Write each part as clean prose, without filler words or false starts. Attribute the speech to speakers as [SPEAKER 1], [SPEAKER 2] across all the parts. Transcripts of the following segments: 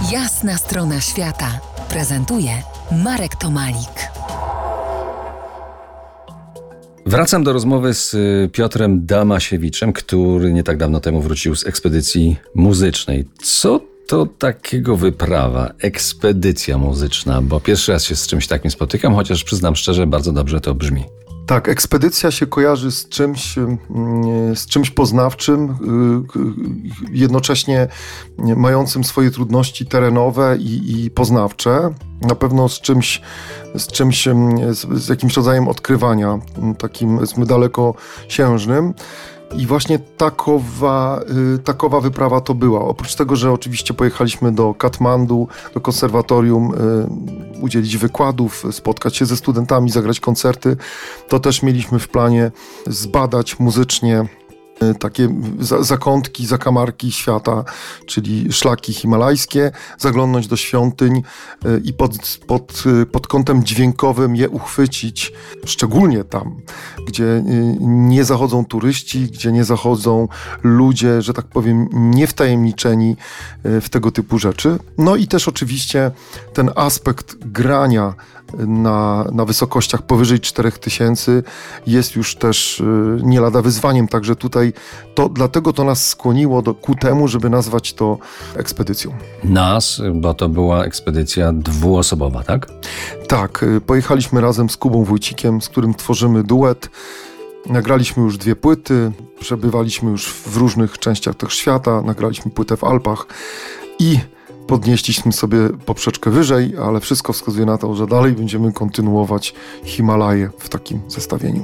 [SPEAKER 1] Jasna strona świata prezentuje Marek Tomalik.
[SPEAKER 2] Wracam do rozmowy z Piotrem Damasiewiczem, który nie tak dawno temu wrócił z ekspedycji muzycznej. Co to takiego wyprawa, ekspedycja muzyczna? Bo pierwszy raz się z czymś takim spotykam, chociaż przyznam szczerze, bardzo dobrze to brzmi.
[SPEAKER 3] Tak, ekspedycja się kojarzy z czymś poznawczym, jednocześnie mającym swoje trudności terenowe i poznawcze. Na pewno z jakimś rodzajem odkrywania, takim dalekosiężnym. I właśnie takowa wyprawa to była. Oprócz tego, że oczywiście pojechaliśmy do Katmandu, do konserwatorium, udzielić wykładów, spotkać się ze studentami, zagrać koncerty, to też mieliśmy w planie zbadać muzycznie takie zakątki, zakamarki świata, czyli szlaki himalajskie, zaglądnąć do świątyń i pod kątem dźwiękowym je uchwycić, szczególnie tam, gdzie nie zachodzą turyści, gdzie nie zachodzą ludzie, że tak powiem, niewtajemniczeni w tego typu rzeczy. No i też oczywiście ten aspekt grania na wysokościach powyżej 4000 jest już też nie lada wyzwaniem, także tutaj dlatego to nas skłoniło ku temu, żeby nazwać to ekspedycją.
[SPEAKER 2] Bo to była ekspedycja dwuosobowa, tak?
[SPEAKER 3] Tak, pojechaliśmy razem z Kubą Wójcikiem, z którym tworzymy duet. Nagraliśmy już 2 płyty, przebywaliśmy już w różnych częściach tego świata, nagraliśmy płytę w Alpach i podnieśliśmy sobie poprzeczkę wyżej, ale wszystko wskazuje na to, że dalej będziemy kontynuować Himalaje w takim zestawieniu.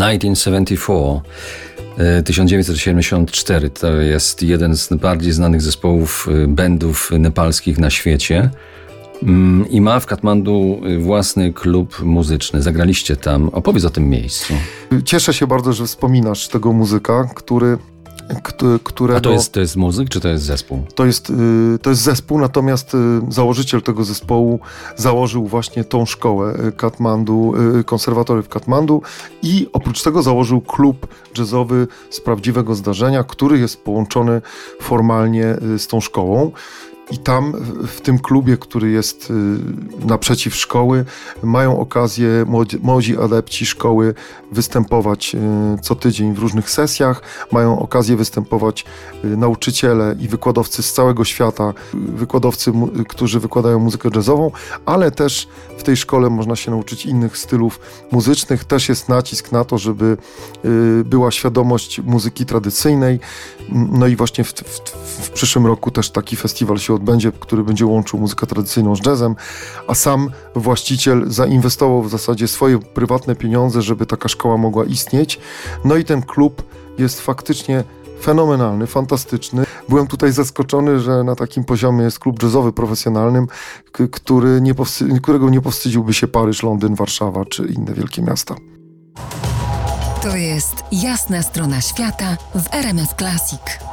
[SPEAKER 2] 1974 to jest jeden z bardziej znanych zespołów bandów nepalskich na świecie i ma w Katmandu własny klub muzyczny. Zagraliście tam. Opowiedz o tym miejscu.
[SPEAKER 3] Cieszę się bardzo, że wspominasz tego muzyka, którego...
[SPEAKER 2] A to jest muzyk, czy to jest zespół?
[SPEAKER 3] To jest zespół, natomiast założyciel tego zespołu założył właśnie tą szkołę Katmandu, konserwatorium w Katmandu i oprócz tego założył klub jazzowy z prawdziwego zdarzenia, który jest połączony formalnie z tą szkołą. I tam, w tym klubie, który jest naprzeciw szkoły, mają okazję młodzi adepci szkoły występować co tydzień w różnych sesjach. Mają okazję występować nauczyciele i wykładowcy z całego świata, wykładowcy, którzy wykładają muzykę jazzową, ale też w tej szkole można się nauczyć innych stylów muzycznych. Też jest nacisk na to, żeby była świadomość muzyki tradycyjnej. No i właśnie w przyszłym roku też taki festiwal się odbędzie, który będzie łączył muzykę tradycyjną z jazzem, a sam właściciel zainwestował w zasadzie swoje prywatne pieniądze, żeby taka szkoła mogła istnieć. No i ten klub jest faktycznie fenomenalny, fantastyczny. Byłem tutaj zaskoczony, że na takim poziomie jest klub jazzowy profesjonalnym, którego nie powstydziłby się Paryż, Londyn, Warszawa czy inne wielkie miasta.
[SPEAKER 1] To jest Jasna strona świata w RMF Classic.